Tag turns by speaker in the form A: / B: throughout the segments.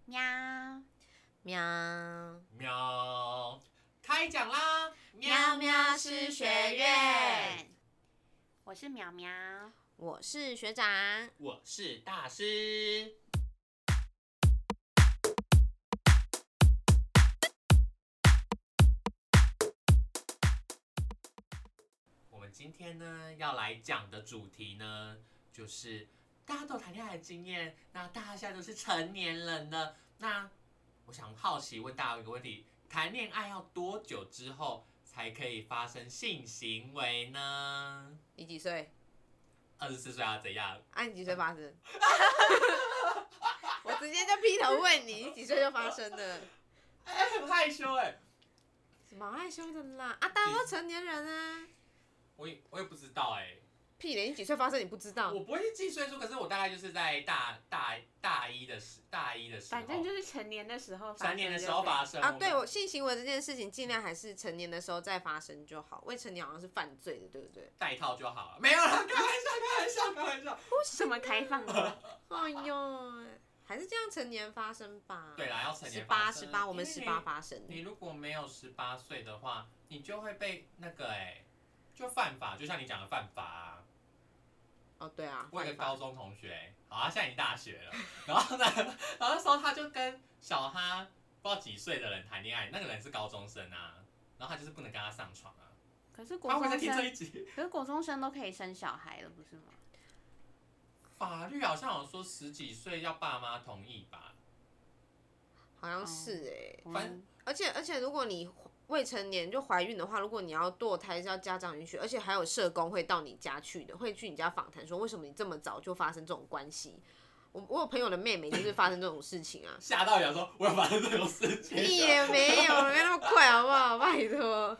A: 喵
B: 喵
C: 喵，开讲啦！
A: 喵喵师学院，我是苗苗，
B: 我是学长。
C: 我是大师。我们今天呢要来讲的主题呢，就是大家都有谈恋爱的经验，那大家现在都是成年人了，那我想好奇问大家一个问题：谈恋爱要多久之后才可以发生性行为呢？
B: 你几岁
C: 24岁要怎样？
B: 啊？你几岁发生？我直接就劈头问你，你几岁就发生了？
C: 很害羞
B: 什么害羞的啦？啊，大家都成年人啊。
C: 我也不知道
B: 屁嘞！你几岁发生你不知道？
C: 我不会记岁数，可是我大概就是在大一的时候，
A: 反正就是成年的时候发生，
C: 成年的时候发生
B: 啊。对，我性行为这件事情尽量还是成年的时候再发生就好，未成年好像是犯罪的，对不对？
C: 戴套就好了，没有啦，开玩笑。
A: 什么开放的？
B: 哎呦，还是这样成年发生吧。
C: 对啦，要成年发生。
B: 18，我们18发生。
C: 你如果没有18岁的话，你就会被那个就犯法，就像你讲的犯法啊。
B: 哦，对啊。
C: 我有个高中同学，好，他现在已经大学了，然后呢，然后那时候他就跟小他不知道几岁的人谈恋爱，那个人是高中生啊，然后他就是不能跟他上床啊。
A: 可是国
C: 他会在
A: 中生，
C: 听这一集。
A: 可是国中生都可以生小孩了，不是吗？
C: 法律好像有说10几岁要爸妈同意吧？
B: 好像是
C: 反
B: 而且如果你未成年就怀孕的话，如果你要堕胎是要家长允许，而且还有社工会到你家去的，会去你家访谈说为什么你这么早就发生这种关系。我有朋友的妹妹就是发生这种事情啊。
C: 吓到人说我有发生这种事情。
B: 也没有，没那么快好不好？拜托。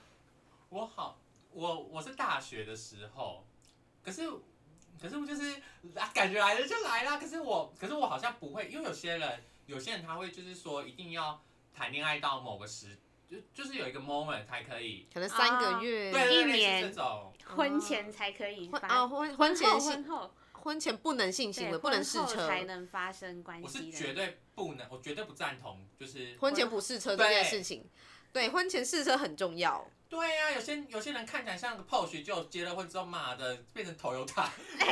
C: 我是大学的时候，可是我就是感觉来了就来啦。可是我好像不会，因为有些人他会就是说一定要谈恋爱到某个就是有一个 moment 才可以，
B: 可能3个月、
C: 对
A: 1年
C: 这种
A: 婚前才可以
B: 婚前
A: 婚后
B: 婚前不能性行为，不能试车，
A: 才能发生关系。
C: 我是绝对不能，我绝对不赞同，就是
B: 婚前不试车这件事情。对，婚前试车很重要。
C: 对呀、有些人看起来像个 Porsche， 就结了婚之后，妈的变成 Toyota。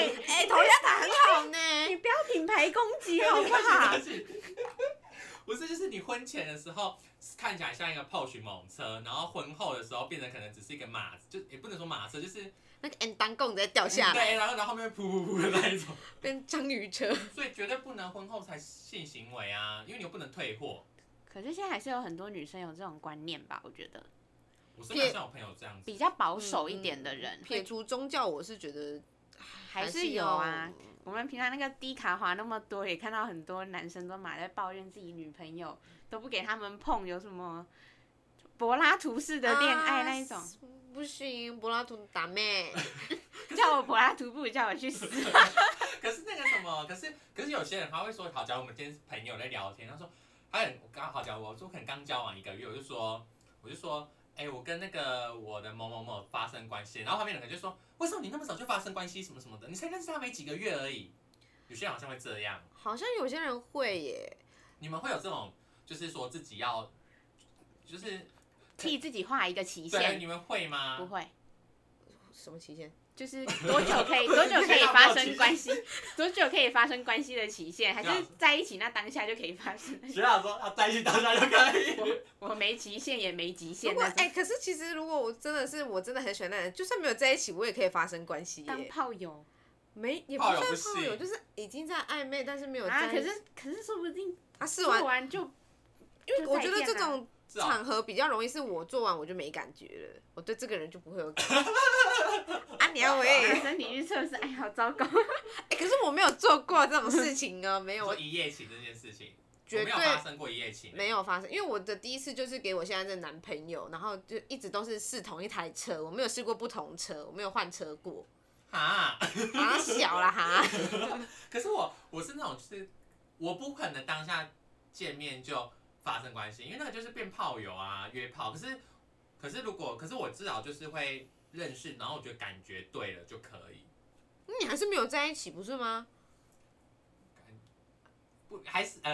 B: Toyota 很好呢。
A: 你不要品牌攻击好不好？
C: 不是，就是你婚前的时候看起来像一个 Porsche 猛车，然后婚后的时候变成可能只是一个马，就也不能说马车，就是
B: 那个 N 单杠直接掉下来，
C: 对，然后后面噗噗噗的那一种，
B: 变章鱼车。
C: 所以绝对不能婚后才性行为啊，因为你又不能退货。
A: 可是现在还是有很多女生有这种观念吧？我觉得
C: 我身边好像有朋友这样子，
A: 比较保守一点的人，
B: 撇除宗教，我是觉得
A: 还是有啊。我们平常那个低卡滑那么多，也看到很多男生都在抱怨自己女朋友都不给他们碰，有什么柏拉图式的恋爱那一种。
B: 不行，柏拉图打妹。
A: 叫我柏拉图，不如叫我去死。
C: 可是那个什么，可是有些人他会说，好，假如我们今天是朋友在聊天，他说他很刚好，假如我说可能刚交往1个月，我就说，我跟那个我的某某某发生关系，然后旁边人就说，为什么你那么早就发生关系什么什么的，你才认识他没几个月而已。有些人好像会这样，
B: 好像有些人会耶。
C: 你们会有这种，就是说自己要，就是
A: 替自己画一个期
C: 对，
A: 限。
C: 你们会吗？
A: 不会。
B: 什么期限？
A: 就是多久可以发生关系？多久可以发生关系的期限？还是在一起那当下就可以发生？
C: 学长说在一起当下就可以。
A: 我没极限也没极限。
B: 可是其实如果我真的很喜欢那人，就算没有在一起，我也可以发生关系耶。
A: 当炮友。
B: 也不算炮友，就是已经在暧昧，但是没有在一起。
A: 可是说不定
B: 试
A: 完就，
B: 因为我觉得这种场合比较容易是我做完我就没感觉了，我对这个人就不会有感觉。你要
A: 身体去测试，哎，好糟糕。
B: 可是我没有做过这种事情啊，没有。
C: 说一夜情这件事情，
B: 绝对
C: 没有发生过一夜情。
B: 没有发生，因为我的第一次就是给我现在的男朋友，然后就一直都是试同一台车，我没有试过不同车，我没有换车过。小啦哈。
C: 可是我是那种，就是我不可能当下见面就发生关系，因为那个就是变炮友啊，约炮。可是我至少就是会认识，然后我觉得感觉对了就可以。
B: 你还是没有在一起不是吗？
C: 不还是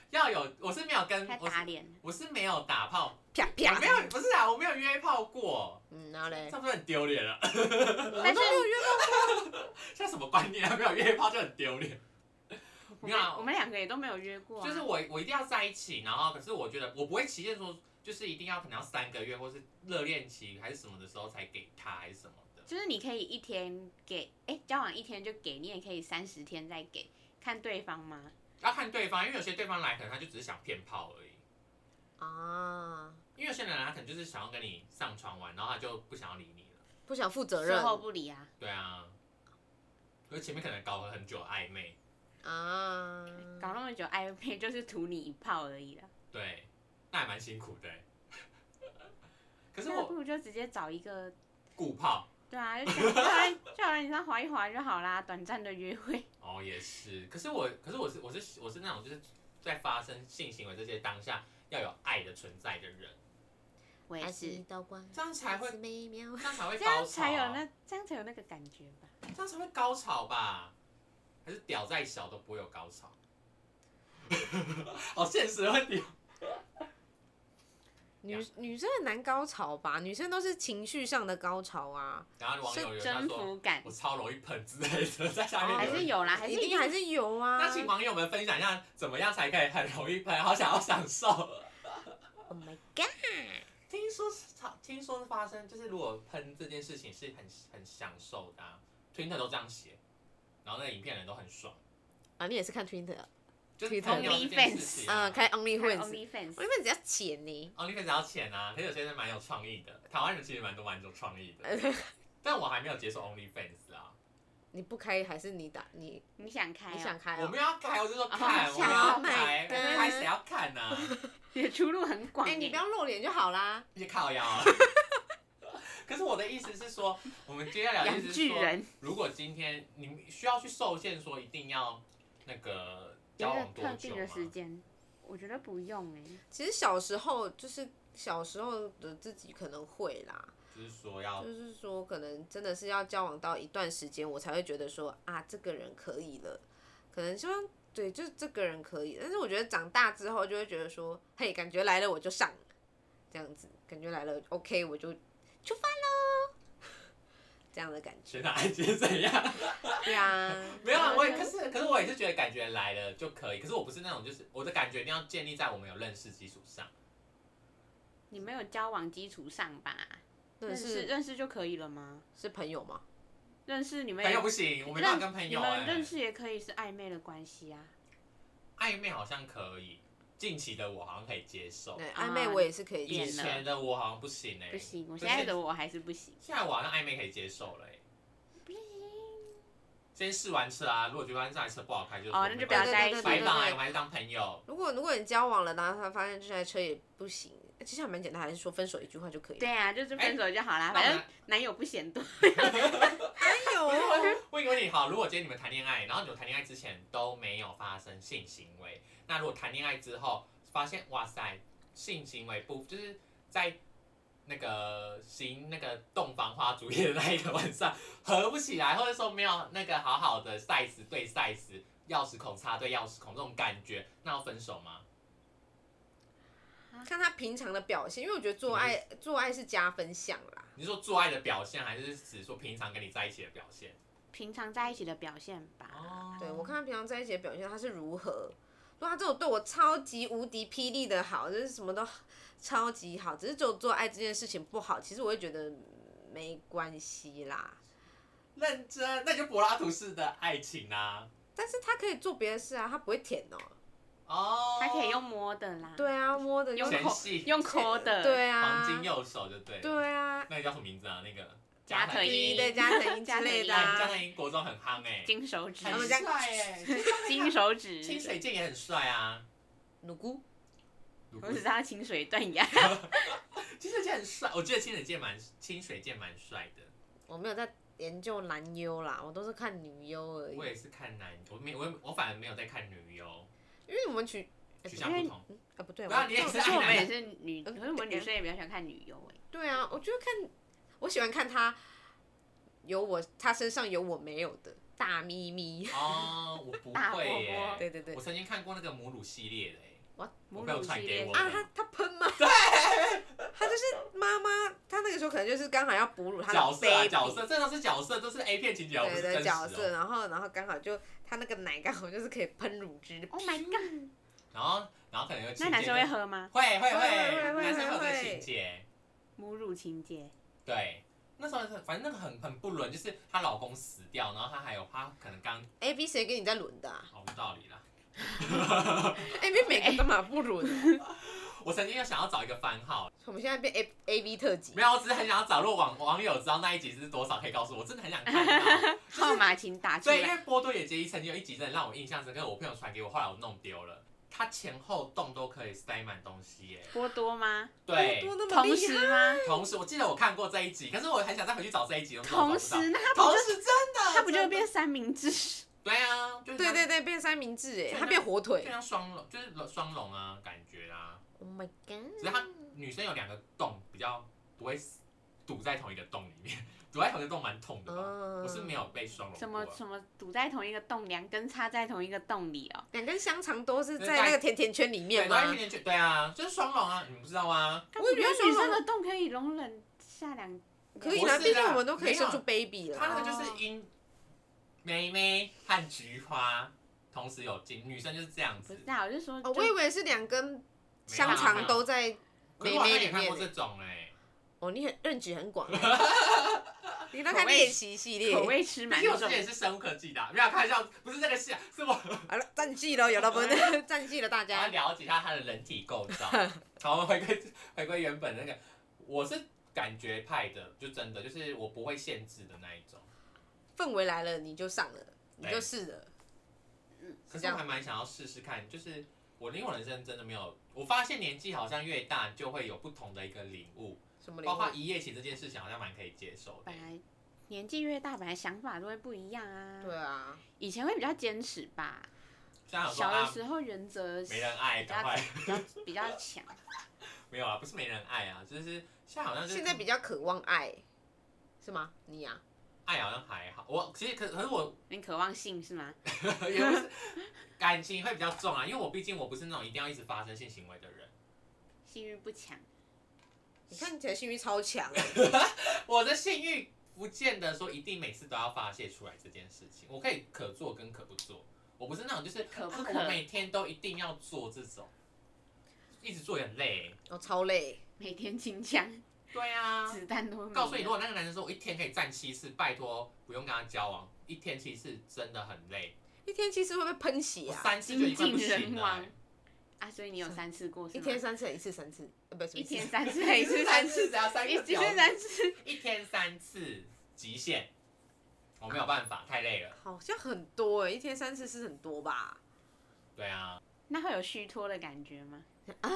C: 要有，我是没有跟
A: 还打脸，
C: 我是没有打炮，
B: 啪啪，
C: 我没有，不是啊，我没有约炮过，
B: 然后嘞，
C: 这不是很丢脸了？
A: 但是
C: 现在什么观念啊？没有约炮就很丢脸。没有啊
A: 我们2个也都没有约过啊。
C: 就是我一定要在一起，然后可是我觉得我不会期限说，就是一定要可能要3个月或是热恋期还是什么的时候才给他还是什么的。
A: 就是你可以1天给，交往1天就给，你也可以30天再给，看对方吗？
C: 要看对方，因为有些对方来可能他就只是想骗炮而已。
B: 啊，
C: 因为有些人他可能就是想要跟你上床玩，然后他就不想要理你了。
B: 不想负责任
A: 事后不理啊。
C: 对啊，因为前面可能搞了很久暧昧。
B: 啊，
A: 搞那么久暧昧就是图你一炮而已啦。
C: 对，那还蛮辛苦的。可是
A: 那不
C: 我
A: 如就直接找一个，
C: 顾炮。
A: 对啊，就叫人上滑一滑就好啦，短暂的约会。
C: 哦，也是。可是我是那种就是在发生性行为这些当下要有爱的存在的人，
B: 爱
A: 我也是，
B: 是刀光，
C: 这样才会
B: 爱是美妙。
C: 这样才会
A: 这
C: 高潮、啊。
A: 样才有那个感觉吧。
C: 这样才会高潮吧？还是屌再小都不会有高潮？好现实的问题。
B: 女生很难高潮吧？女生都是情绪上的高潮啊，
C: 然后网友有
A: 征
C: 说
A: 服感
C: 我超容易喷之类的，在下面
A: 还
C: 留言。
A: 是有啦，还是
B: 一定还是有啊。
C: 那请网友们分享一下，怎么样才可以很容易喷？好想要享受。
B: Oh my god！
C: 听说发生就是如果喷这件事情是很享受的、啊、，Twitter 都这样写，然后那影片人都很爽。
B: 啊，你也是看 Twitter？
C: 就是朋友这件事情、啊。
B: 开 OnlyFans，
A: OnlyFans，
B: OnlyFans 只要钱呢。
C: OnlyFans 要钱啊，可是有些人蛮有创意的，台湾人其实蛮有创意的。但我还没有接受 OnlyFans 啊。
B: 你不开还是你
A: 你想开、
B: 你想开、
C: 我
B: 哦？
C: 没有要开，我是说看，
A: 哦
C: 我没有要开，
B: Oh my
C: 我
B: god
C: 开谁要看呢、啊？
A: 你的出路很广、
B: 你不要露脸就好啦。
C: 一些靠腰啊。可是我的意思是说，我们接下来的意
A: 养
C: 思是说，
A: 巨人，
C: 如果今天你需要去受限，说一定要那个交
A: 有一
C: 往多久
A: 个特定的时
C: 吗？
A: 间，我觉得不用
B: 其实小时候的自己可能会啦，
C: 就是说要
B: 就是说可能真的是要交往到一段时间，我才会觉得说啊，这个人可以了，可能就对，就是这个人可以。但是我觉得长大之后就会觉得说，嘿，感觉来了我就上，这样子，感觉来了 OK 我就出发喽，这样的感觉。
C: 学长爱姐怎样？
B: 对啊，
C: 没有啊，可是我也是觉得感觉来了就可以，可是我不是那种就是我的感觉一定要建立在我们有认识基础上。
A: 你没有交往基础上吧？
B: 认
A: 认识就可以了吗？
B: 是朋友吗？
A: 认识你们
C: 朋友不行，我没办法跟朋友
A: 你们
C: 哎、
A: 认识也可以是暧昧的关系啊。
C: 暧昧好像可以，近期的我好像可以接受，
B: 对，暧昧我也是可以
C: 以
B: 接受。
C: 前的我好像不行哎、
A: 不行，我现在的我还是不行。
C: 现在我好像暧昧可以接受了哎、先试完车啊，如果觉得这台车不好开，就
A: 哦，那就不要在一起。
C: 拜拜，我们还是当朋友。
B: 如果你交往了，然后他发现这台车也不行，其实还蛮简单，还是说分手一句话就可以了。
A: 对啊，就是分手就好啦，
C: 那
A: 反正男友不嫌多。
B: 哎呦，
C: 问一个问题，好，如果今天你们谈恋爱，然后你们谈恋爱之前都没有发生性行为，那如果谈恋爱之后发现，哇塞，性行为不就是在那个行那个洞房花烛夜的那一个晚上合不起来，或者说没有那个好好的 size 对 size， 钥匙孔插对钥匙孔这种感觉，那要分手吗？
B: 看他平常的表现，因为我觉得做爱是加分项啦。
C: 你是说做爱的表现，还是指说平常跟你在一起的表现？
A: 平常在一起的表现吧。
C: 哦
B: 对，我看他平常在一起的表现，他是如何。如果他这种对我超级无敌霹雳的好，就是什么都超级好，只是只有做爱这件事情不好，其实我会觉得没关系啦。
C: 认真，那就柏拉图式的爱情啊。
B: 但是他可以做别的事啊，他不会舔哦。
C: 哦，
A: 他可以用摸的啦。
B: 对啊，摸的
A: 用
C: 前戏
A: 用抠的。
B: 对啊，
C: 黄金右手就对了。
B: 对啊，
C: 那个叫什么名字啊？那个
A: 加藤鹰
B: 对加藤鹰之类的啊。
C: 加藤鹰国中很夯哎，
A: 金手指。
C: 很帅哎，
A: 金手指。
C: 清水健也很帅啊。
B: 努姑，
A: 我只知道清水断崖。
C: 清水健很帅，我记得清水健蛮帅的。
B: 我没有在研究男优啦，我都是看女优而已。
C: 我也是看男，我反而没有在看女优，
B: 因为我们取
C: 向不同。
B: 啊不对，
C: 对啊你也是
A: 可是我们也是女，可是我们女生也比较喜欢看女优哎。
B: 对啊，我觉得我喜欢看他他身上有我没有的大咪咪。
C: 哦，我不
A: 大波
C: 会耶。
A: 波
B: 对对对
C: 我，曾经看过那个母乳系列的哎。
A: 母
C: 朋友
A: 乳系列
C: 传给我的
B: 啊，他喷吗？对，他就是妈妈，他那个时候可能就是刚好要哺乳他的
C: 角色
B: baby，
C: 角色，这都是角色，都是 A 片情节，不是
B: 对
C: 真实
B: 角色，
C: 哦。
B: 然后刚好就他那个奶刚好就是可以喷乳汁。
A: Oh my god！
C: 然后可能有情节
A: 那男生会喝吗？
C: 会，
B: 会
C: 男生会有这个
B: 会
C: 情节。
A: 母乳情节。
C: 对，那时候反正那个很不伦，就是她老公死掉，然后她可能刚
B: A B 谁跟你在轮的、啊、
C: 好有道理啦。
B: ？A B 每个都嘛不轮、
C: 我曾经有想要找一个番号，
B: 我们现在变 A B 特辑。
C: 没有，我只是很想要找，如果网友知道那一集是多少，可以告诉我，我真的很想看到。
A: 号码请打出
C: 对，因
A: 来。
C: 为波多野结衣曾经有一集真的让我印象深刻，我朋友传给我，后来我弄丢了。他前后洞都可以塞满东西耶。
A: 波多吗？
C: 对，
B: 多那么
A: 同
B: 厉
A: 时吗？
C: 同时我记得我看过这一集，可是我很想再回去找这一集，
A: 同时，那他不就
C: 同时真的，
A: 他不就变三明治？
C: 对啊，就是
B: 害，对，变三明治哎，
C: 就
B: 他变火腿
C: 就。像双龙，就是双龙啊，感觉啊。
B: Oh my god！
C: 只是他女生有2个洞，比较不会堵在同一个洞里面，堵在同一个洞蛮痛的吧？我是没有被双龙过。
A: 什么堵在同一个洞，2根插在同一个洞里哦。
B: 2根香肠都是在那个甜甜圈里面吗？
C: 对啊，就是双龙啊，你们不知道吗？
B: 我以为
A: 女生的洞可以容忍下2。
B: 可以啦，毕竟我们都可以生出 baby 了。
C: 他那个就是妹妹和菊花同时有精，女生就是这样子。
A: 不是啊，我就说，
B: 哦，我以为是2根香肠都在妹妹里
C: 也看过
B: 面。
C: 这种哎。
B: 哦，你认知很广。你都看练习系列，
A: 口味吃蛮重。
C: 毕竟我之前也是生物科技的，没有开玩笑，不是这个戏，是我。
B: 好了，占据了，有了不？占据了大
C: 我要
B: 家。
C: 了解一下他的人体构造。好，我们回归原本那个，我是感觉派的，就真的就是我不会限制的那一种。
B: 氛围来了，你就上了，你就试了。
C: 可是我还蛮想要试试看，就是因为我人生真的没有，我发现年纪好像越大就会有不同的一个领悟。
B: 什么领悟？
C: 包括一夜情这件事情，好像蛮可以接受的。
A: 本来年纪越大，本来想法都会不一样啊。
B: 对啊。
A: 以前会比较坚持吧。
C: 像
A: 小的时候原则
C: 没人爱，赶快
A: 比较强。
C: 没有啊，不是没人爱啊，就是现在好像就是
B: 现在比较渴望爱，是吗？你呀、
C: 爱好像还好，我其实可是我
A: 你渴望性是吗？
C: 也不是感情会比较重啊，因为我毕竟我不是那种一定要一直发生性行为的人。
A: 性欲不强。
B: 你看起来性欲超强。
C: 我的性欲不见得说一定每次都要发泄出来这件事情，我可以可做跟可不做。我不是那种就是
A: 可不可
C: 我每天都一定要做这种，一直做也很累。
B: 哦，超累。
A: 每天清枪，
C: 对啊，
A: 子弹都没了。
C: 告诉你，如果那个男生说我一天可以站7次，拜托不用跟他交往，一天7次真的很累。
B: 一天7次会不会喷血啊？
C: 3次就已经不
A: 精尽
C: 行了、
A: 人亡啊！所以你有3次过是吗？
B: 一天3次，一次3次，不是
A: 一天3次，一次3次，
C: 只要3
A: 一次3次，
C: 一天3次极限，我没有办法，太累了。
B: 好像很多哎，一天3次是很多吧？
C: 对啊，
A: 那会有虚脱的感觉吗？
B: 啊！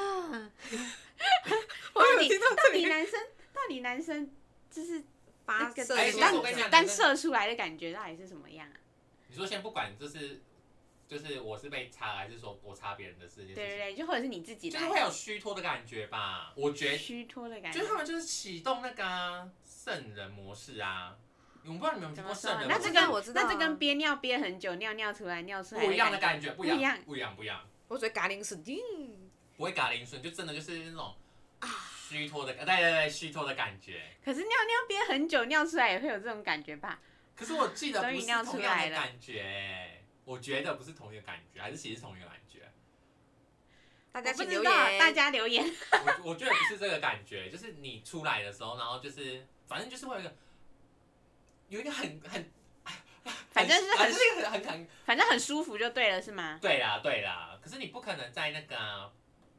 A: 到底男生就是
B: 发射
C: 哎
B: 出
C: 其实我跟你讲
A: 但射出来的感觉到底是什么样啊？
C: 你说先不管，就是我是被插还是说我插别人的事情，
A: 对对对，就或者是你自己来，
C: 就是会有虚脱的感觉吧？我觉得
A: 虚脱的感觉。
C: 就是他们就是启动那个圣人模式啊。我不知道你们有没有听过圣人模式？
A: 那这跟
B: 我知道啊
A: 那这跟憋尿憋很久，尿出来
C: 不一样的感觉，
A: 不一样。
C: 不一样。
B: 我只会嘎铃顺，
C: 不会嘎铃顺，就真的就是那种虚脱的，对，虚脱的感觉。
A: 可是尿憋很久，尿出来也会有这种感觉吧？
C: 可是我记得不是
A: 尿
C: 同样
A: 出来了
C: 的感觉，我觉得不是同一个感觉，还是其实同一个感觉。
B: 大家
A: 不
B: 请留
A: 知道，
B: 言。
A: 大家留言。
C: 我觉得不是这个感觉，就是你出来的时候，然后就是反正就是会有一个很
A: 反正是
C: 很
A: 反正很舒服就对了，是吗？
C: 对啦。可是你不可能在那个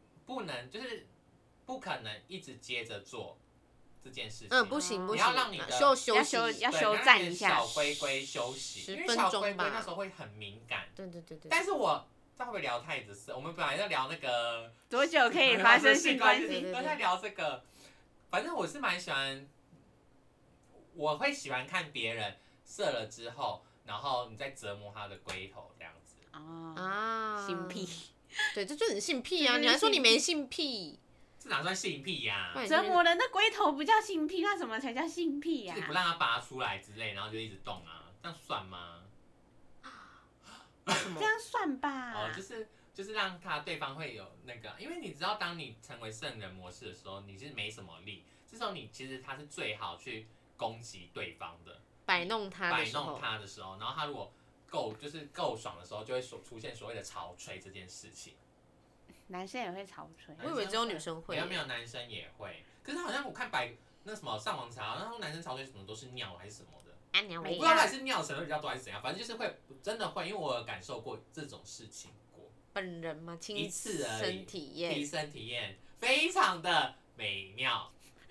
C: 不可能一直接着做这件事情。
B: 不行，
C: 你要让你的
B: 休息，
A: 要休战一下。
C: 小龟龟休息，因为
B: 10分
C: 小龟龟
B: 钟吧
C: 那时候会很敏感。
B: 对。
C: 但是我这会不会聊太子色？我们本来在聊那个
A: 多久可以发生性关系？
B: 对
C: 都在聊这个。反正我是蛮喜欢，我会喜欢看别人射了之后，然后你再折磨他的龟头这样子。
B: 啊，
A: 性癖。
B: 对，这就很性癖啊！
A: 这就是
B: 你还说你没性癖？
C: 这哪算性癖呀？
A: 折磨人的龟头不叫性癖，那什么才叫性癖呀
C: 就是？不让它拔出来之类，然后就一直动啊，这样算吗？
A: 这样算吧。
C: 哦，就是就是让对方会有那个，因为你知道，当你成为圣人模式的时候，你是没什么力，这时候你其实他是最好去攻击对方的，
B: 摆弄他的
C: 时候，然后他如果够爽的时候，就会出现所谓的潮吹这件事情。
A: 男生也会潮吹，
B: 我以为只有女生会，
C: 没有男生也会。可是好像我看那什么上网查，然后男生潮吹什么都是尿还是什么的，我不知道还是尿成分比较多还是怎样，反正就是会真的会，因为我有感受过这种事情过。
B: 本人吗？
C: 一次而已，
B: 亲
C: 身体验非常的美妙。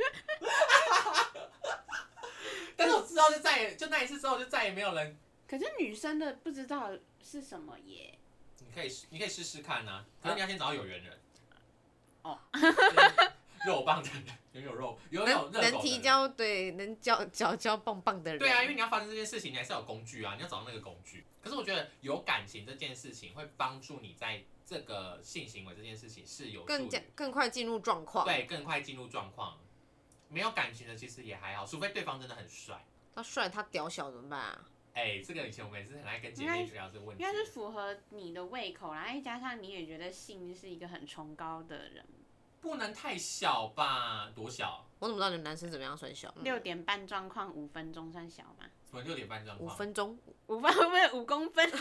C: 但是我知道就那一次之后就再也没有人。
A: 可是女生的不知道是什么耶。
C: 你可以试试看啊，可是你要先找到有缘人。
A: 哦。
C: 肉棒的人，有肉
B: 能提交对，能交棒棒的人。
C: 对啊，因为你要发生这件事情，你还是有工具啊，你要找到那个工具。可是我觉得有感情这件事情会帮助你在这个性行为这件事情是有
B: 更快进入状况。
C: 对，更快进入状况。没有感情的其实也还好，除非对方真的很帅。
B: 他帅，他屌小怎么办啊？
C: 这个以前我们也是很爱跟姐妹聊这个问题。
A: 应该是符合你的胃口啦，再加上你也觉得性是一个很崇高的人。
C: 不能太小吧？多小？
B: 我怎么知道你们男生怎么样算小
A: ？6点半状况5分钟算小吗？
C: 什么6点半状况？
B: 5分钟
A: ？5分会不会5公分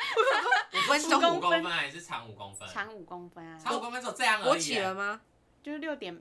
B: ？5分钟
C: 5公分还是长5公分？
A: 长5公分啊！
C: 长5公分只有这样而已。
B: 勃起了吗？
A: 就是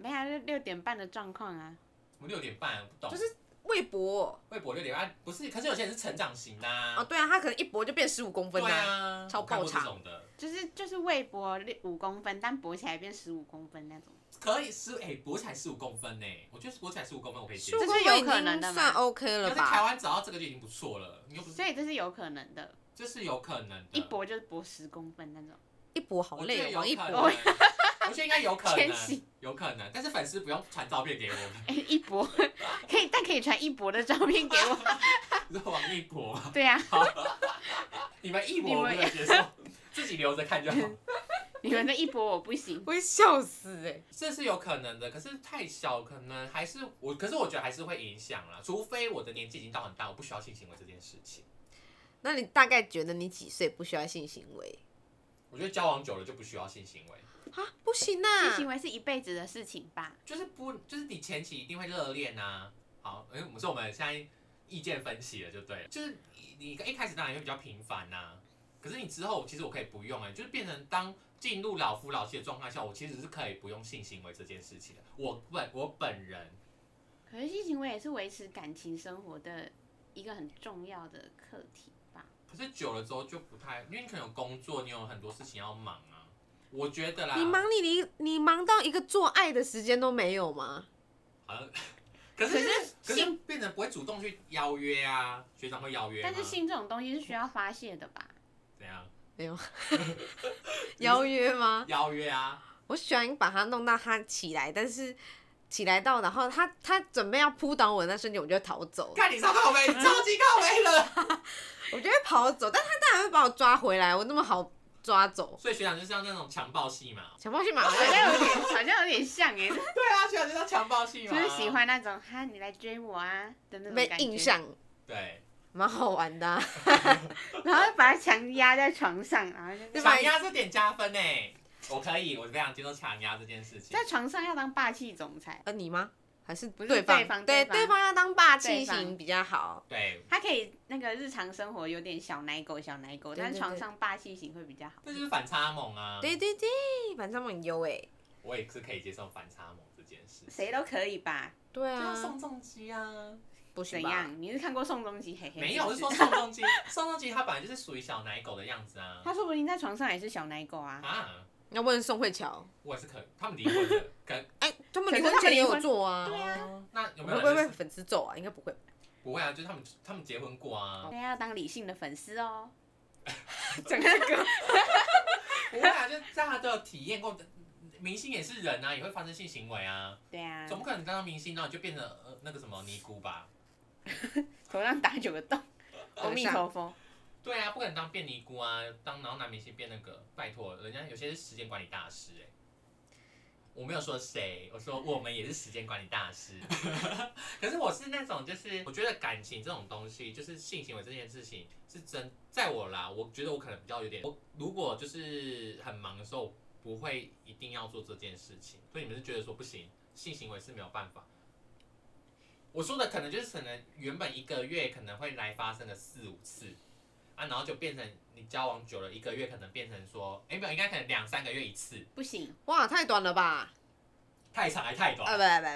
A: 6点半的状况啊。
C: 什么6点半？我不懂。
B: 就是喂勃
C: 6点半不是？可是有些人是成长型的啊。
B: 对啊，他可能一勃就变15公分
C: 对啊，
B: 超爆长
C: 的。
A: 就是喂勃5公分，但勃起来变15公分那种。
C: 可以勃起来15公分呢，我觉得勃起来15公分我可以接受。
A: 这是有可能的嘛？
B: 算 OK 了吧？
C: 在台湾找到这个就已经不错了，
A: 所以这是有可能的。
C: 这是有可能的。
A: 一勃就是勃10公分那种。
B: 一勃好累，
C: 往
B: 一勃。
C: 我觉得应该有可能，有可能，但是粉丝不用传照片给我。
A: 一勃可以，但可以传一勃的照片给我。
C: 你说王一博吗？
A: 对啊。
C: 你们一勃我不能接受，自己留着看就好。
A: 你们的一勃我不行，
B: 我会笑死
C: 这是有可能的，可是太小，可能还是可是我觉得还是会影响啦，除非我的年纪已经到很大，我不需要性行为这件事情。
B: 那你大概觉得你几岁不需要性行为？
C: 我觉得交往久了就不需要性行为。
B: 不行啊！
A: 性行为是一辈子的事情吧？
C: 就是你前期一定会热恋啊。好，我们现在意见分歧了，就对了。就是你一开始当然会比较频繁呐，可是你之后其实我可以不用就是变成当进入老夫老妻的状态下，我其实是可以不用性行为这件事情的。我本人。
A: 可是性行为也是维持感情生活的一个很重要的课题吧？
C: 可是久了之后就不太，因为你可能有工作，你有很多事情要忙啊。我觉得啦，
B: 你忙到一个做爱的时间都没有吗？
C: 好像，可是变成不会主动去邀约啊，学长会邀约吗？
A: 但是性这种东西是需要发泄的吧？
C: 怎样？
B: 没有邀约吗？
C: 邀约啊！
B: 我喜欢把他弄到他起来，但是起来到然后他准备要扑倒我的那瞬间，我就会逃走。
C: 看你超靠北，超级靠北了。
B: 我就会跑走，但他当然会把我抓回来，我那么好抓走。
C: 所以学长就是像那种强暴戏嘛。
B: 强暴戏嘛，
A: 好像有点像哎。
C: 对啊，学长就像强暴戏嘛。
A: 就是喜欢那种你来追我啊的那种感觉。
B: 被印象。
C: 对。
B: 蛮好玩的
A: 然后把他强压在床上，然后就
C: 强压这点加分我可以，我非常接受强压这件事情。
A: 在床上要当霸气总裁。
B: 你吗？还是
A: 对方？
B: 对方要当霸气型比较好。
C: 对。
A: 他可以那个日常生活有点小奶狗，但是床上霸气型会比较好。
C: 这就是反差萌啊。
B: 对，反差萌很优
C: 我也是可以接受反差萌这件事。
A: 谁都可以吧？
B: 对啊。
C: 就宋仲基啊。
B: 不行
A: 怎样？你是看过宋仲基？嘿嘿。
C: 没有，我是说宋仲基。宋仲基他本来就是属于小奶狗的样子啊。
A: 他说不定在床上也是小奶狗啊。
B: 要问宋慧乔。
C: 我也是可以，他们离婚了。
B: 他们离婚前也有做啊。
A: 对啊。
C: 那有没有
B: 会不会粉丝揍啊？应该不会。
C: 不会啊，就是他们结婚过啊。
A: 对啊，要当理性的粉丝哦。
B: 整个歌。
C: 不会啊，就大家都有体验过。明星也是人啊，也会发生性行为啊。
A: 对啊。
C: 总不可能当明星，然后你就变成那个什么尼姑吧？
A: 头上打9个洞，阿弥陀佛。
C: 对啊，不可能当变尼姑啊，然后男明星变那个，拜托，人家有些是时间管理大师我没有说谁，我说我们也是时间管理大师。可是我是那种，就是我觉得感情这种东西，就是性行为这件事情是真，在我啦，我觉得我可能比较有点，我如果就是很忙的时候，不会一定要做这件事情。所以你们是觉得说不行，性行为是没有办法。我说的可能就是可能原本1个月可能会来发生个4、5次。啊，然后就变成你交往久了，1个月可能变成说，没有，应该可能2、3个月1次。
A: 不行，
B: 哇，太短了吧？
C: 太长还太短？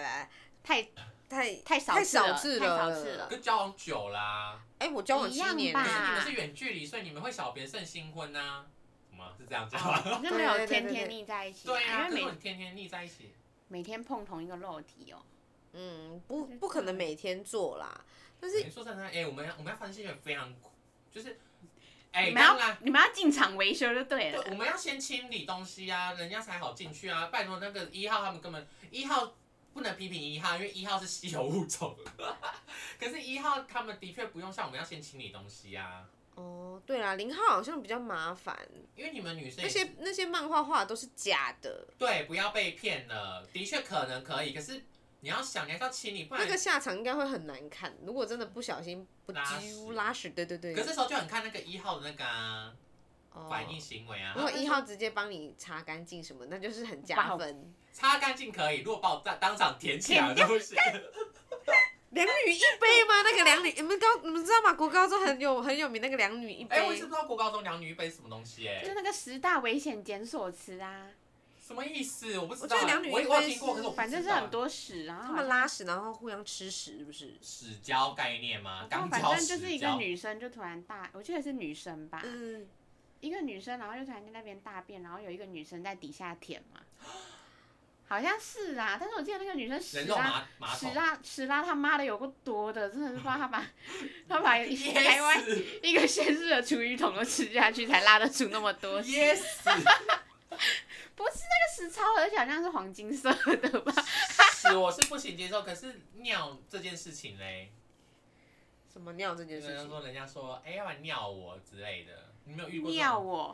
A: 太少次了。
C: 跟交往久啦。
B: 我交往7年，
A: 可
C: 是你们是远距离，所以你们会小别胜新婚呐？什么是这样讲吗？
A: 就没有天天腻在一起。
C: 对啊，因为你天天腻在一起，
A: 每天碰同一个肉体哦。
B: 不可能每天做啦。但是
C: 你说真的，我们要发现性非常苦，就是。
A: 你们要进场维修就对了。
C: 对，我们要先清理东西啊，人家才好进去啊。拜托那个1号，他们根本1号不能批评1号，因为1号是稀有物种。可是1号他们的确不用像我们要先清理东西啊。
B: 哦，对啦，0号好像比较麻烦，
C: 因为你们女生
B: 那些漫画画的都是假的。
C: 对，不要被骗了。的确可能可以，可是你要想，你还是要清理，不然
B: 那个下场应该会很难看。如果真的不小心拉屎，对。
C: 可是这时候就很看那个1号的那个反应行为啊。
B: 如果1号直接帮你擦干净什么，那就是很加分。
C: 擦干净可以，如果把我当场舔起来就不行。
B: 2女1杯吗？那个2女，你们知道吗？国高中很有名那个2女1杯。
C: 我是不知道国高中2女1杯是什么东西
A: 就是那个10大危险检索词啊。
C: 什么意思？我不知道。
B: 我觉得2女1杯
C: 我听过，可是我
A: 反正是很多屎，然后
B: 他们拉屎，然后互相吃屎，是不是？
C: 屎交概念吗？
A: 反正就是一个女生就突然我记得是女生吧。一个女生，然后就突然在那边大便，然后有一个女生在底下舔嘛。好像是啦，但是我记得那个女生屎拉他妈的有够多的，真的是不知道他把台湾一个县市的厨余桶都吃下去，才拉得出那么多屎。
C: 噎死！
A: 不是那个屎超，而且好像是黄金色的吧？
C: 屎我是不行接受，可是尿这件事情嘞？
B: 什么尿这件事情？
C: 人家说，要不然尿我之类的，你没有遇过？
A: 尿我。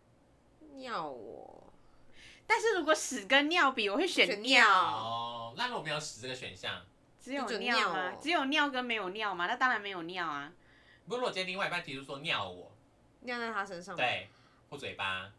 A: 但是如果屎跟尿比，我会选尿。
C: 哦，那如果没有屎这个选项，
A: 只有尿吗？只有尿跟没有尿吗？那当然没有尿啊。
C: 不过如果今天另外一半提出说尿我，
B: 尿在他身上，
C: 对，或嘴巴。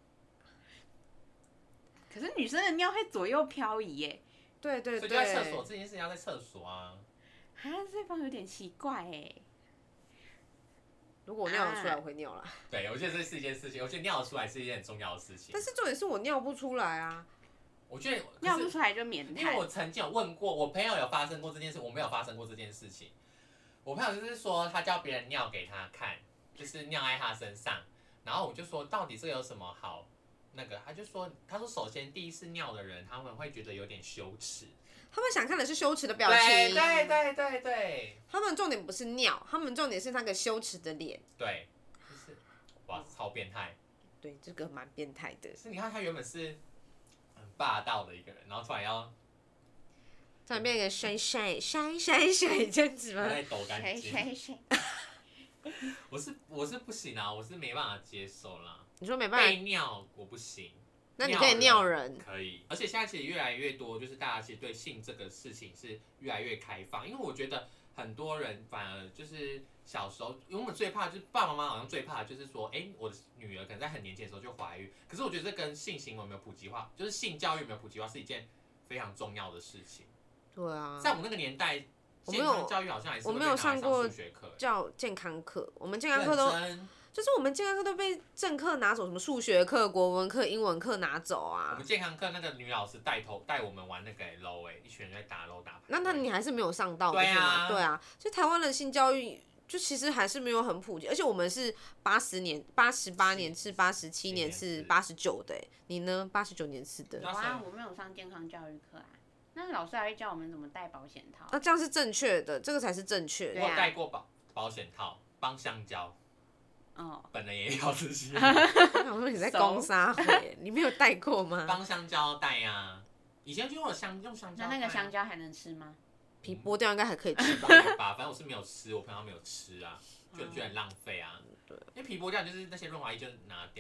A: 可是女生的尿会左右漂移耶。
B: 对。
C: 所以就在厕所，这件事情要在厕所啊。
A: 这方有点奇怪哎。
B: 如果我尿得出来，我会尿啦。
C: 对，我觉得这是一件事情，我觉得尿得出来是一件很重要的事情。
B: 但是重点是我尿不出来啊。
C: 我觉得
A: 尿不出来就免谈。
C: 因为我曾经有问过，我朋友有发生过这件事，我没有发生过这件事情。我朋友就是说，他叫别人尿给他看，就是尿在他身上，然后我就说，到底这有什么好那个？他说首先第一次尿的人，他们会觉得有点羞耻。
B: 他们想看的是羞耻的表情。
C: 对。
B: 他们重点不是尿，他们重点是那个羞耻的脸。
C: 对，就是哇，超变态。
B: 对，这个蛮变态的。
C: 是，你看他原本是很霸道的一个人，然后突然
B: 变一个甩这样子吗？
C: 在抖干净。我是不行啊，我是没办法接受啦。
B: 你说没办法？
C: 被尿我不行。
B: 那你可以尿人，
C: 可以，而且现在其实越来越多，就是大家其实对性这个事情是越来越开放，因为我觉得很多人反而就是小时候，因为我们最怕就是爸爸妈妈好像最怕的就是说，我的女儿可能在很年轻的时候就怀孕，可是我觉得这跟性行为有没有普及化，就是性教育有没有普及化是一件非常重要的事情。
B: 对啊，
C: 在我们那个年代，健康教育好像还是
B: 我没有上过
C: 数学课，
B: 叫健康课，我们健康课都。就是我们健康课都被政课拿走，什么数学课、国文课、英文课拿走啊。
C: 我们健康课那个女老师带我们玩那个 LO 一群人在打 LO 打牌。
B: 那你还是没有上到，
C: 对啊，
B: 对啊。所以台湾的性教育就其实还是没有很普及，而且我们是88年是87年是89的，你呢？89年次的。
A: 哇，我没有上健康教育课啊。那老师还会教我们怎么戴保险套。
B: 那这样是正确的，这个才是正确的。
C: 我戴过保险套，帮香蕉。本人也要这些。
B: 我说你在攻杀会，你没有带过吗？
C: 帮香蕉带啊，以前就用香蕉。
A: 那个香蕉还能吃吗？
B: 皮剥掉应该还可以吃吧？
C: 反正我是没有吃，我朋友没有吃啊，就觉得很浪费啊。对，因为皮剥掉就是那些润滑液就拿掉了。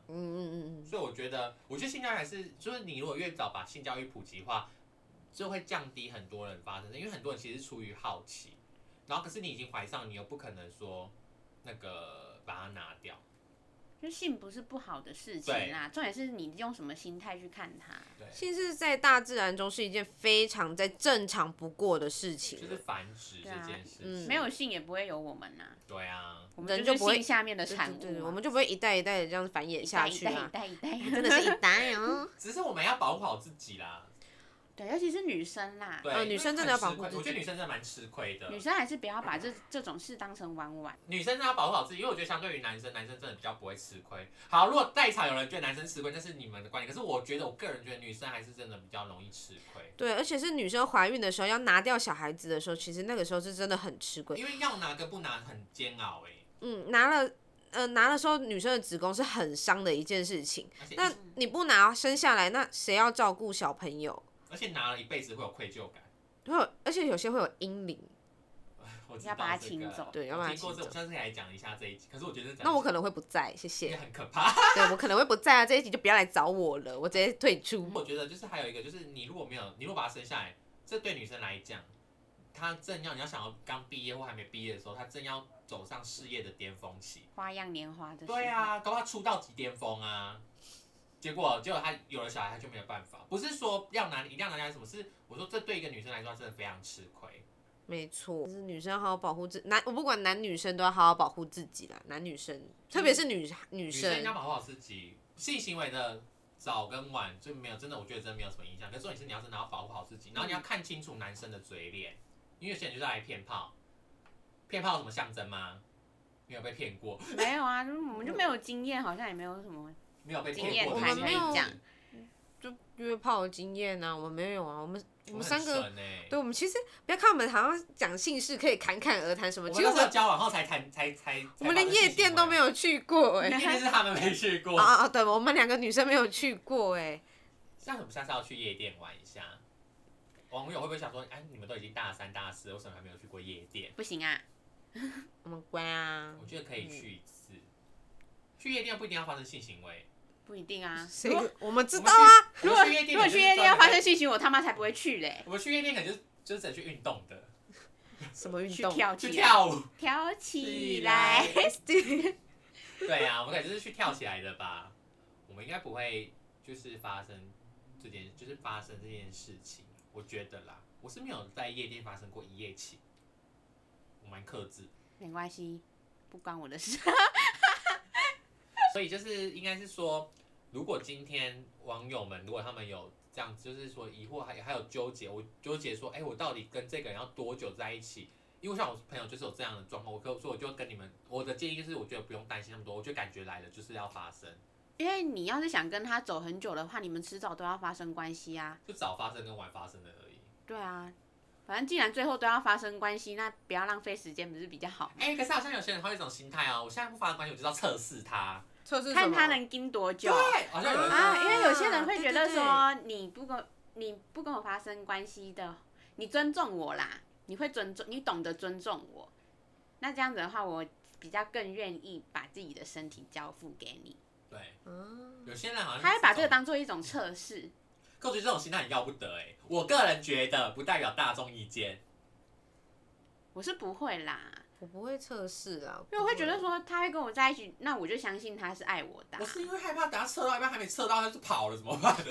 C: 所以我觉得性教育还是，就是你如果越早把性教育普及化，就会降低很多人发生的，因为很多人其实是出于好奇，然后可是你已经怀上，你又不可能说那个把它拿掉。
A: 就性不是不好的事情啦，重点是你用什么心态去看它。
B: 性是在大自然中是一件非常再正常不过的事情，
C: 就是繁殖这件事情。
A: 没有性也不会有我们呐。
C: 对啊，
A: 我们就是性下面的产物。
B: 对，我们就不会一代一代的这样繁衍下去啊，
A: 一代一代，
B: 真的是一代哦。
C: 只是我们要保护好自己啦。
A: 对，尤其是女生啦。
C: 对，
B: 女生真的要保护自己。
C: 我觉得女生真的蛮吃亏的。
A: 女生还是不要把这种事当成玩玩。
C: 女生真的要保护好自己，因为我觉得相对于男生真的比较不会吃亏。好，如果在场有人觉得男生吃亏，那是你们的观点。可是我个人觉得女生还是真的比较容易吃亏。
B: 对，而且是女生怀孕的时候要拿掉小孩子的时候，其实那个时候是真的很吃亏。
C: 因为要拿跟不拿很煎熬
B: 拿的时候女生的子宫是很伤的一件事情。那你不拿生下来，那谁要照顾小朋友？
C: 而且拿了一辈子会有愧疚感，
B: 而且有些会有阴灵，
A: 要把它清走。
B: 对，要把它清走。
C: 我下次可以来讲一下这一集，可是我觉得
B: 那我可能会不在，谢谢。
C: 很可怕。
B: 对，我可能会不在啊，这一集就不要来找我了，我直接退出。
C: 我觉得就是还有一个，就是你如果把它生下来，这对女生来讲，她你要想要刚毕业或还没毕业的时候，她正要走上事业的巅峰期，
A: 花样年华的时候。
C: 对啊，搞不好出道即巅峰啊。结果他有了小孩，他就没有办法。不是说一定要拿下什么，是我说这对一个女生来说真的非常吃亏。
B: 没错，就是女生好好保护我不管男女生都要好好保护自己啦，男女生，特别是女生。女生
C: 要保护好自己，性行为的早跟晚就没有真的，我觉得真的没有什么影响。可是重点是你要真的要保护好自己，然后你要看清楚男生的嘴脸，因为有些人就是来骗炮。骗炮有什么象征吗？没有被骗过？
A: 没有啊，我们就没有经验，好像也没有什么。
C: 没有被骗过，
B: 我们没有就约炮的经验啊，我们没有啊，我们三个，对，我们其实不要看我们好像讲姓氏可以侃侃而谈什么，
C: 其实我们交往后才
B: 我们连夜店都没有去过
C: 夜店是他们没去过
B: 对，我们两个女生没有去过
C: 像我们下次要去夜店玩一下，网友会不会想说，你们都已经大3、大4，为什么还没有去过夜店？
A: 不行啊，
B: 我们乖啊。
C: 我觉得可以去一次，去夜店不一定要发生性行为。
A: 不一定啊，
B: 我们知道啊。
A: 如果去夜店要发生性行为，我他妈才不会去嘞。
C: 我们去夜店可能就是只能去运动的。
B: 什么运动？
C: 去跳舞。
A: 跳起来。
C: 对啊，我们可能就是去跳起来的吧。我们应该不会就是发生这件事情，我觉得啦，我是没有在夜店发生过一夜情，我蛮克制。
A: 没关系，不关我的事。
C: 所以就是应该是说，如果今天网友们如果他们有这样，就是说疑惑还有纠结，我纠结说，我到底跟这个人要多久在一起？因为像我朋友就是有这样的状况，所以我就跟你们，我的建议就是，我觉得不用担心那么多，我觉得感觉来了就是要发生。
A: 因为你要是想跟他走很久的话，你们迟早都要发生关系啊。
C: 就早发生跟晚发生的而已。
A: 对啊，反正既然最后都要发生关系，那不要浪费时间，不是比较好？
C: 可是好像有些人他有一种心态我现在不发生关系，我就是要测试他。
A: 看他能盯多久。
C: 对，好像有人
A: 因为有些人会觉得说，你不跟我发生关系的，你尊重我啦，你懂得尊重我，那这样子的话，我比较更愿意把自己的身体交付给你。
C: 对，有些人好像
A: 他会把这个当做一种测试。
C: 可我觉得这种心态很要不得我个人觉得不代表大众意见。
A: 我是不会啦。
B: 我不会测试啦，
A: 因为我会觉得说他会跟我在一起，那我就相信他是爱我的。
C: 我是因为害怕等他测到一半还没测到他就跑了怎么办？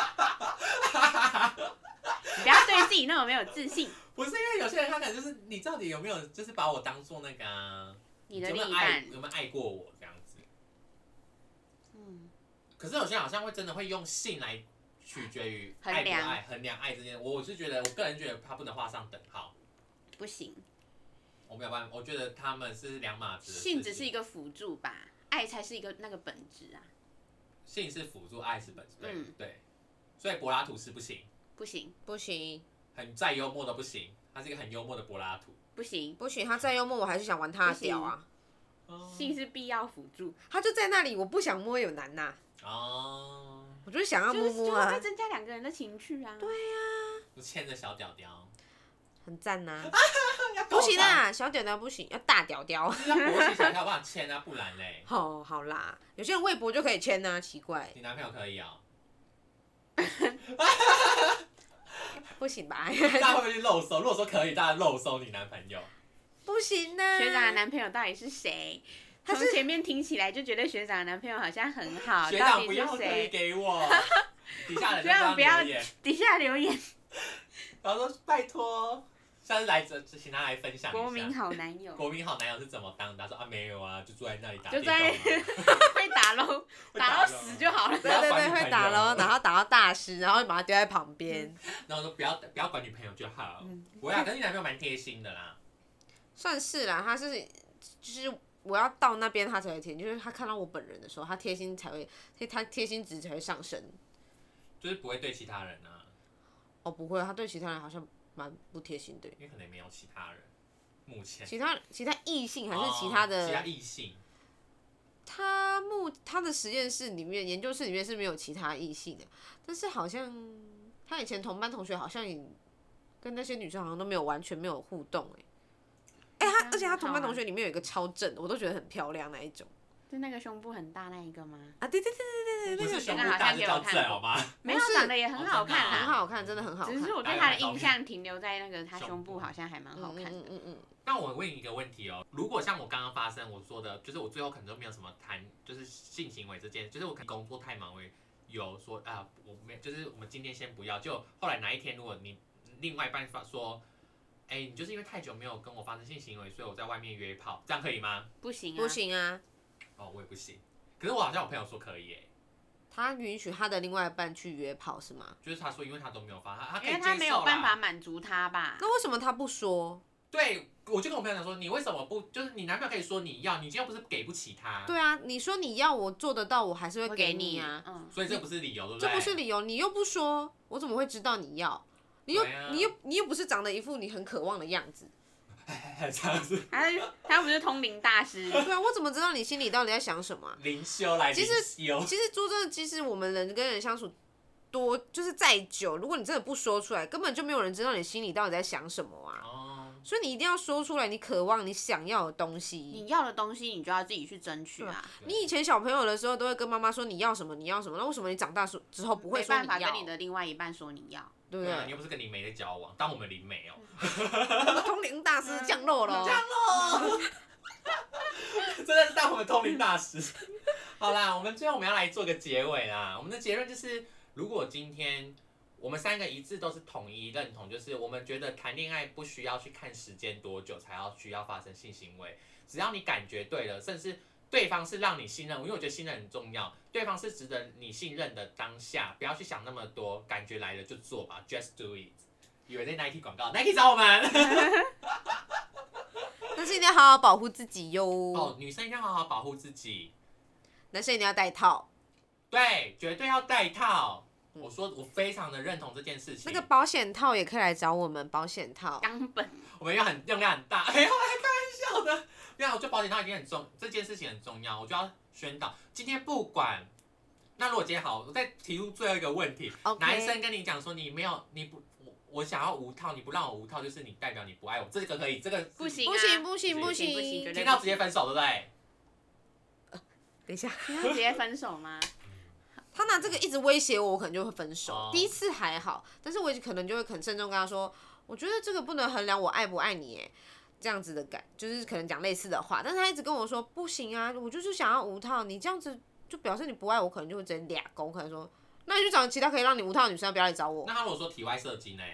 A: 你不要对自己那么没有自信。
C: 不是因为有些人他可能就是你到底有没有就是把我当做那个
A: 你的另一半
C: 有没有爱过我这样子？可是有些人好像会真的会用性来取决于爱不爱衡量爱这件，我是觉得我个人觉得他不能画上等号。
A: 不行。
C: 我没有办法，我觉得他们是两码子的事情。
A: 性只是一个辅助吧，爱才是一个那个本质啊。
C: 性是辅助，爱是本质。对。所以柏拉图是不行。
A: 不行。
B: 不行。
C: 再幽默都不行，他是一个很幽默的柏拉图。
A: 不行。
B: 不行，他再幽默，我还是想玩他的屌啊。
A: 性是必要辅助。
B: 他就在那里，我不想摸有难呐。我就是想要摸摸啊。
A: 就会增加两个人的情趣啊。
B: 对啊。
C: 就牵着小屌屌。
B: 很赞呐！
C: 要勾
B: 不行啊，小屌屌不行，要大屌屌。
C: 就是要勃起才有办法牵啊，不然嘞。
B: 哦，好啦，有些人微博就可以牵啊，奇怪。
C: 你男朋友可以啊？
B: 不行吧？
C: 大家会不会去漏搜？如果说可以，大家漏搜你男朋友。
B: 不行啊。
A: 学长的男朋友到底是谁？从前面听起来就觉得学长的男朋友好像很好，
C: 学
A: 到底是
C: 长不要可以
A: 谁？
C: 给我。底下人
A: 学长不要
C: 留言，
A: 底下留言，
C: 然后说拜托，下次来请他来分享一下。
A: 国民好男友，
C: 国民好男友是怎么当的？他说啊没有啊，就坐在那里打
A: 就
C: 电动
A: 在
C: 啊。
A: 会打喽，打到死就好了。
B: 对对对，会打咯，然后打到大师，然后把他丢在旁边。
C: 然后说不要管女朋友就好。不会啊，可是你男朋友蛮贴心的啦。
B: 算是啦，他是就是我要到那边他才会贴心，就是他看到我本人的时候，他贴心才会，他贴心值才会上升。
C: 就是不会对其他人啊。
B: 哦，不会，他对其他人好像蛮不贴心的。
C: 因为可能没有其他人，目前。
B: 其他异性还是其他的？
C: 其他异性。
B: 他的实验室里面、研究室里面是没有其他异性的，但是好像他以前同班同学好像也跟那些女生好像都没有完全没有互动而且他同班同学里面有一个超正的，我都觉得很漂亮那一种。
A: 是那个胸部很大那一个吗？
B: 啊，对对对对对对，
C: 不是胸部
A: 好
C: 大是叫
A: 像给我看
C: 正好吗？
A: 没有，长得也很好看
B: 很
A: 啦，
B: 好看，真的很好看。
A: 只是我对他的印象停留在那个他胸部好像还蛮好看的。
C: 那我问你一个问题哦，如果像我刚刚发生我说的，就是我最后可能都没有什么谈，就是性行为这件，就是我可能工作太忙，我有说啊，我没，就是我们今天先不要，就后来哪一天如果你另外一半说，哎，你就是因为太久没有跟我发生性行为，所以我在外面约炮，这样可以吗？
A: 不行啊，
B: 不行啊。
C: 哦，我也不行。可是我好像有朋友说可以耶。
B: 他允许他的另外一半去约炮是吗？
C: 就是他说，因为他都没有发，他可以
A: 因为
C: 接受啦。
A: 他没有办法满足他吧？
B: 那为什么他不说？
C: 对，我就跟我朋友讲说，你为什么不？就是你男朋友可以说你要，你今天不是给不起他？
B: 对啊，你说你要我做得到，我还是会
A: 会
B: 给你啊。
C: 所以这不是理由，对不对？
B: 这不是理由，你又不说，我怎么会知道你要？你又不是长得一副你很渴望的样子。
C: 这样子。
A: 他不是通灵大师。
B: 对啊，我怎么知道你心里到底在想什么啊？
C: 灵修来灵修。
B: 其实说真的，其实我们人跟人相处多，就是再久，如果你真的不说出来，根本就没有人知道你心里到底在想什么啊。所以你一定要说出来，你渴望、你想要的东西。
A: 你要的东西，你就要自己去争取啊。
B: 你以前小朋友的时候，都会跟妈妈说你要什么，你要什么。那为什么你长大之后不会说你要？
A: 没办法跟你的另外一半说你要，
B: 对不对？
C: 你又不是跟灵媒在交往，当我们灵媒哦。
B: 通灵大师降落了。
C: 降落。真的是当我们通灵大师。好啦，最后我们要来做个结尾啦。我们的结论就是，如果今天我们三个一致都是统一认同，就是我们觉得谈恋爱不需要去看时间多久才需要发生性行为，只要你感觉对了，甚至对方是让你信任，因为我觉得信任很重要，对方是值得你信任的当下，不要去想那么多，感觉来了就做吧 ，just do it。以为在 Nike 广告 ，Nike 找我们。
B: 但是一定要好好保护自己哟。
C: 哦，女生一定要好好保护自己，
B: 男生一定要戴套。
C: 对，绝对要戴套。我说我非常的认同这件事情。
B: 那个保险套也可以来找我们，保险套。
A: 冈本。
C: 我们用量很大，没有，开玩笑的。没有，我觉得保险套已经很重，这件事情很重要，我就要宣导。今天不管，那如果今天好，我再提出最后一个问题，男生跟你讲说你不。我想要无套，你不让我无套，就是你代表你不爱我，这个可以，这个
A: 不行啊，
B: 不行，
C: 听到直接分手，对不对？
B: 等一下，
A: 听到直接分手吗？
B: 他拿这个一直威胁我，我可能就会分手。第一次还好，但是我可能就会很慎重跟他说，我觉得这个不能衡量我爱不爱你，哎，这样子的就是可能讲类似的话，但是他一直跟我说不行啊，我就是想要无套，你这样子就表示你不爱我，可能就会直接俩公，可能说。那你去找其他可以让你无套的女生，不要来找我。
C: 那他如果说体外射精呢？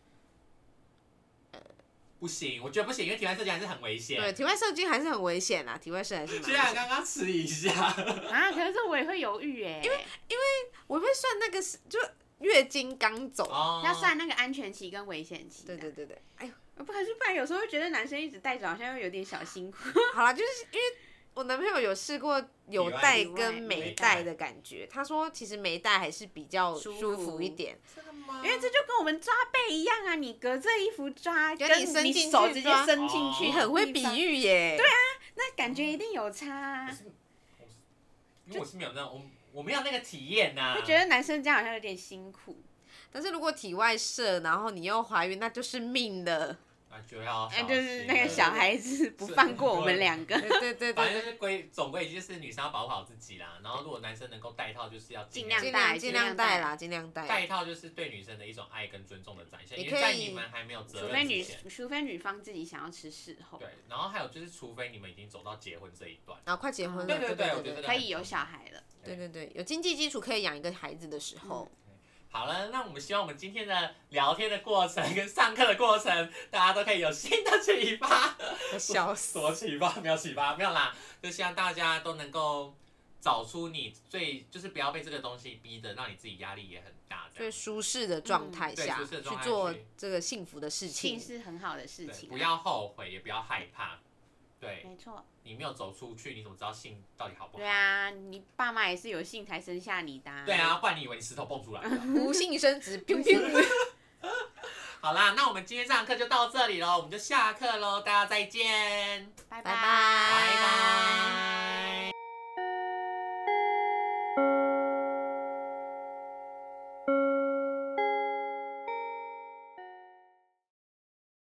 C: 不行，我觉得不行，因为体外射精还是很危险。
B: 对，体外射精还是很危险啊，体外射还是蛮危险。
C: 虽然刚刚吃一下
A: 啊，可是我也会犹豫耶，
B: 因为我会算那个就月经刚走，
A: 要算那个安全期跟危险期。
B: 对，哎呦，
A: 不然有时候会觉得男生一直带着好像又有点小辛苦。
B: 好啦，就是因为我男朋友有试过有带跟没带的感觉，他说其实没带还是比较舒服一点。
A: 因为这就跟我们抓背一样啊，你隔着衣服抓，跟你手直接伸进去，
B: 你很会比喻耶。
A: 对啊，那感觉一定有差啊。
C: 因为我是没有那种，我没有那个体验呐。
A: 就觉得男生这样好像有点辛苦。
B: 但是如果体外射，然后你又怀孕，那就是命了。
C: 就要小心了
A: 就是那个小孩子不放过我们2个。
B: 对，
C: 反正就是总归就是女生要保护好自己啦。然后如果男生能够戴套，就是要
A: 尽量
B: 尽量戴啦，尽量戴。
C: 戴套就是对女生的一种爱跟尊重的展现，
B: 因
C: 为在你们还没有责任之前，
A: 除非女方自己想要吃事后。
C: 对，然后还有就是，除非你们已经走到结婚这一段，
B: 快结婚了，
C: 对，我觉得
A: 可以有小孩了。
B: 对，有经济基础可以养一个孩子的时候。
C: 好了，那我们希望我们今天的聊天的过程跟上课的过程，大家都可以有新的启发。
B: 笑死！
C: 多启发没有启发没有啦，就希望大家都能够找出你就是不要被这个东西逼得让你自己压力也很大，
B: 最舒适的状态下去做这个幸福的事情，
A: 是很好的事情。
C: 不要后悔，也不要害怕。对，
A: 没错。
C: 你没有走出去，你怎么知道性到底好不好？
A: 对啊，你爸妈也是有性才生下你的。
C: 对啊，不然你以为你石头蹦出来的？
B: 无性生殖，砰砰。
C: 好啦，那我们今天这堂课就到这里喽，我们就下课喽，大家再见，
A: 拜拜。